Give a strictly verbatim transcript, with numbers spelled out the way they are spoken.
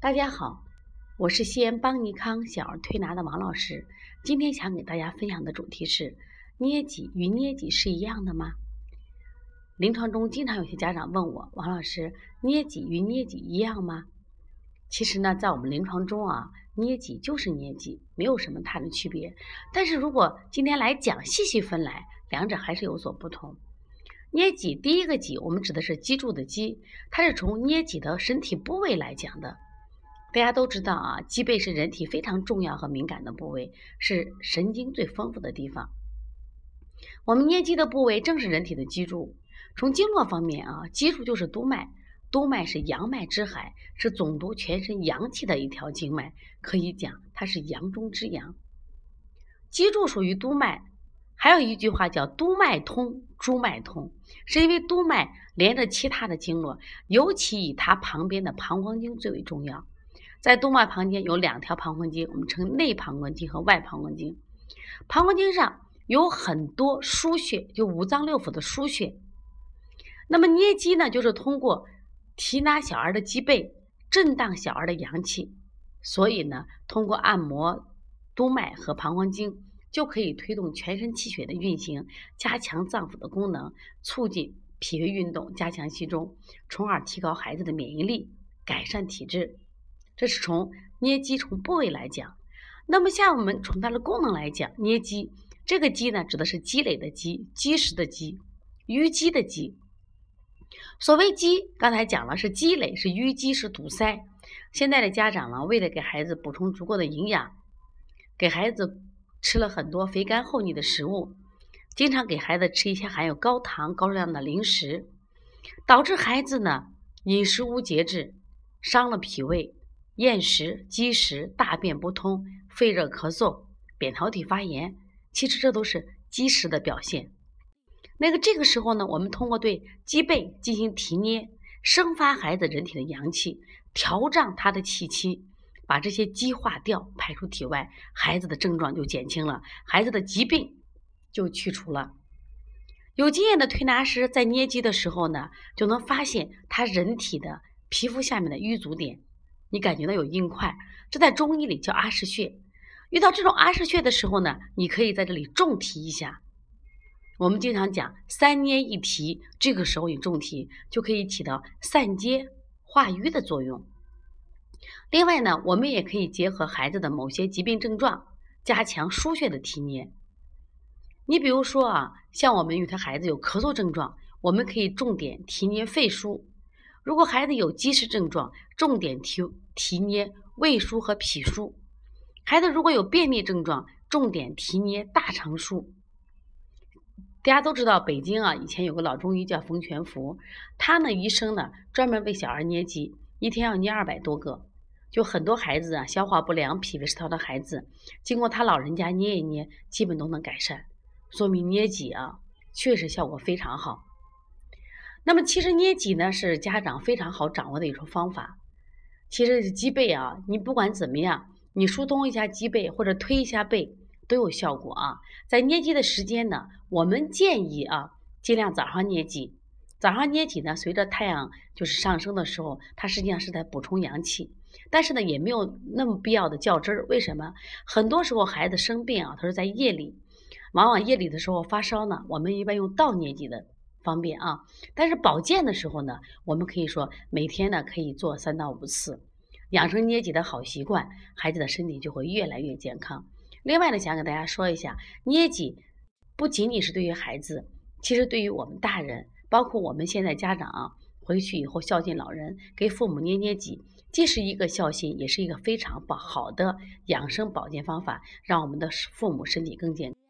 大家好，我是西安邦尼康小儿推拿的王老师。今天想给大家分享的主题是：捏脊与捏脊是一样的吗？临床中经常有些家长问我，王老师，捏脊与捏脊一样吗？其实呢，在我们临床中啊，捏脊就是捏脊，没有什么太大的区别。但是如果今天来讲细细分来，两者还是有所不同。捏脊，第一个脊，我们指的是脊柱的脊，它是从捏脊的身体部位来讲的。大家都知道啊，脊背是人体非常重要和敏感的部位，是神经最丰富的地方。我们捏脊的部位正是人体的脊柱。从经络方面啊，脊柱就是督脉，督脉是阳脉之海，是总督全身阳气的一条经脉，可以讲它是阳中之阳。脊柱属于督脉，还有一句话叫督脉通，诸脉通，是因为督脉连着其他的经络，尤其以它旁边的膀胱经最为重要。在督脉旁边有两条膀胱经，我们称内膀胱经和外膀胱经。膀胱经上有很多腧穴，就五脏六腑的腧穴。那么捏脊呢，就是通过提拿小儿的脊背，震荡小儿的阳气。所以呢，通过按摩督脉和膀胱经，就可以推动全身气血的运行，加强脏腑的功能，促进脾胃运动，加强吸收，从而提高孩子的免疫力，改善体质。这是从捏脊从部位来讲。那么像我们从它的功能来讲，捏脊这个脊呢，指的是积累的积，积实的积，淤积的积。所谓积，刚才讲了是积累，是淤积，是堵塞。现在的家长呢，为了给孩子补充足够的营养，给孩子吃了很多肥甘厚腻的食物，经常给孩子吃一些含有高糖高热量的零食，导致孩子呢饮食无节制，伤了脾胃，厌食、积食、大便不通、肺热咳嗽、扁桃体发炎，其实这都是积食的表现。那个这个时候呢，我们通过对脊背进行提捏，生发孩子人体的阳气，调胀他的气机，把这些积化掉，排出体外，孩子的症状就减轻了，孩子的疾病就去除了。有经验的推拿师在捏脊的时候呢，就能发现他人体的皮肤下面的瘀阻点，你感觉到有硬块，这在中医里叫阿是穴。遇到这种阿是穴的时候呢，你可以在这里重提一下。我们经常讲三捏一提，这个时候你重提就可以起到散结化瘀的作用。另外呢，我们也可以结合孩子的某些疾病症状，加强腧穴的提捏。你比如说啊，像我们有的孩子有咳嗽症状，我们可以重点提捏肺腧。如果孩子有积食症状，重点提提捏胃腧和脾腧。孩子如果有便秘症状，重点提捏大肠腧。大家都知道北京啊，以前有个老中医叫冯全福，他呢医生呢专门为小儿捏脊，一天要捏二百多个，就很多孩子啊消化不良、脾胃失调的孩子，经过他老人家捏一捏，基本都能改善，说明捏脊啊确实效果非常好。那么其实捏脊呢是家长非常好掌握的一种方法。其实脊背啊，你不管怎么样，你疏通一下脊背或者推一下背都有效果啊。在捏脊的时间呢，我们建议啊尽量早上捏脊。早上捏脊呢，随着太阳就是上升的时候，它实际上是在补充阳气，但是呢也没有那么必要的较真儿。为什么？很多时候孩子生病啊，他是在夜里，往往夜里的时候发烧呢，我们一般用倒捏脊的方便啊。但是保健的时候呢，我们可以说每天呢可以做三到五次，养成捏脊的好习惯，孩子的身体就会越来越健康。另外呢，想给大家说一下，捏脊不仅仅是对于孩子，其实对于我们大人，包括我们现在家长啊，回去以后孝敬老人，给父母捏捏脊，既是一个孝心，也是一个非常好的养生保健方法，让我们的父母身体更健康。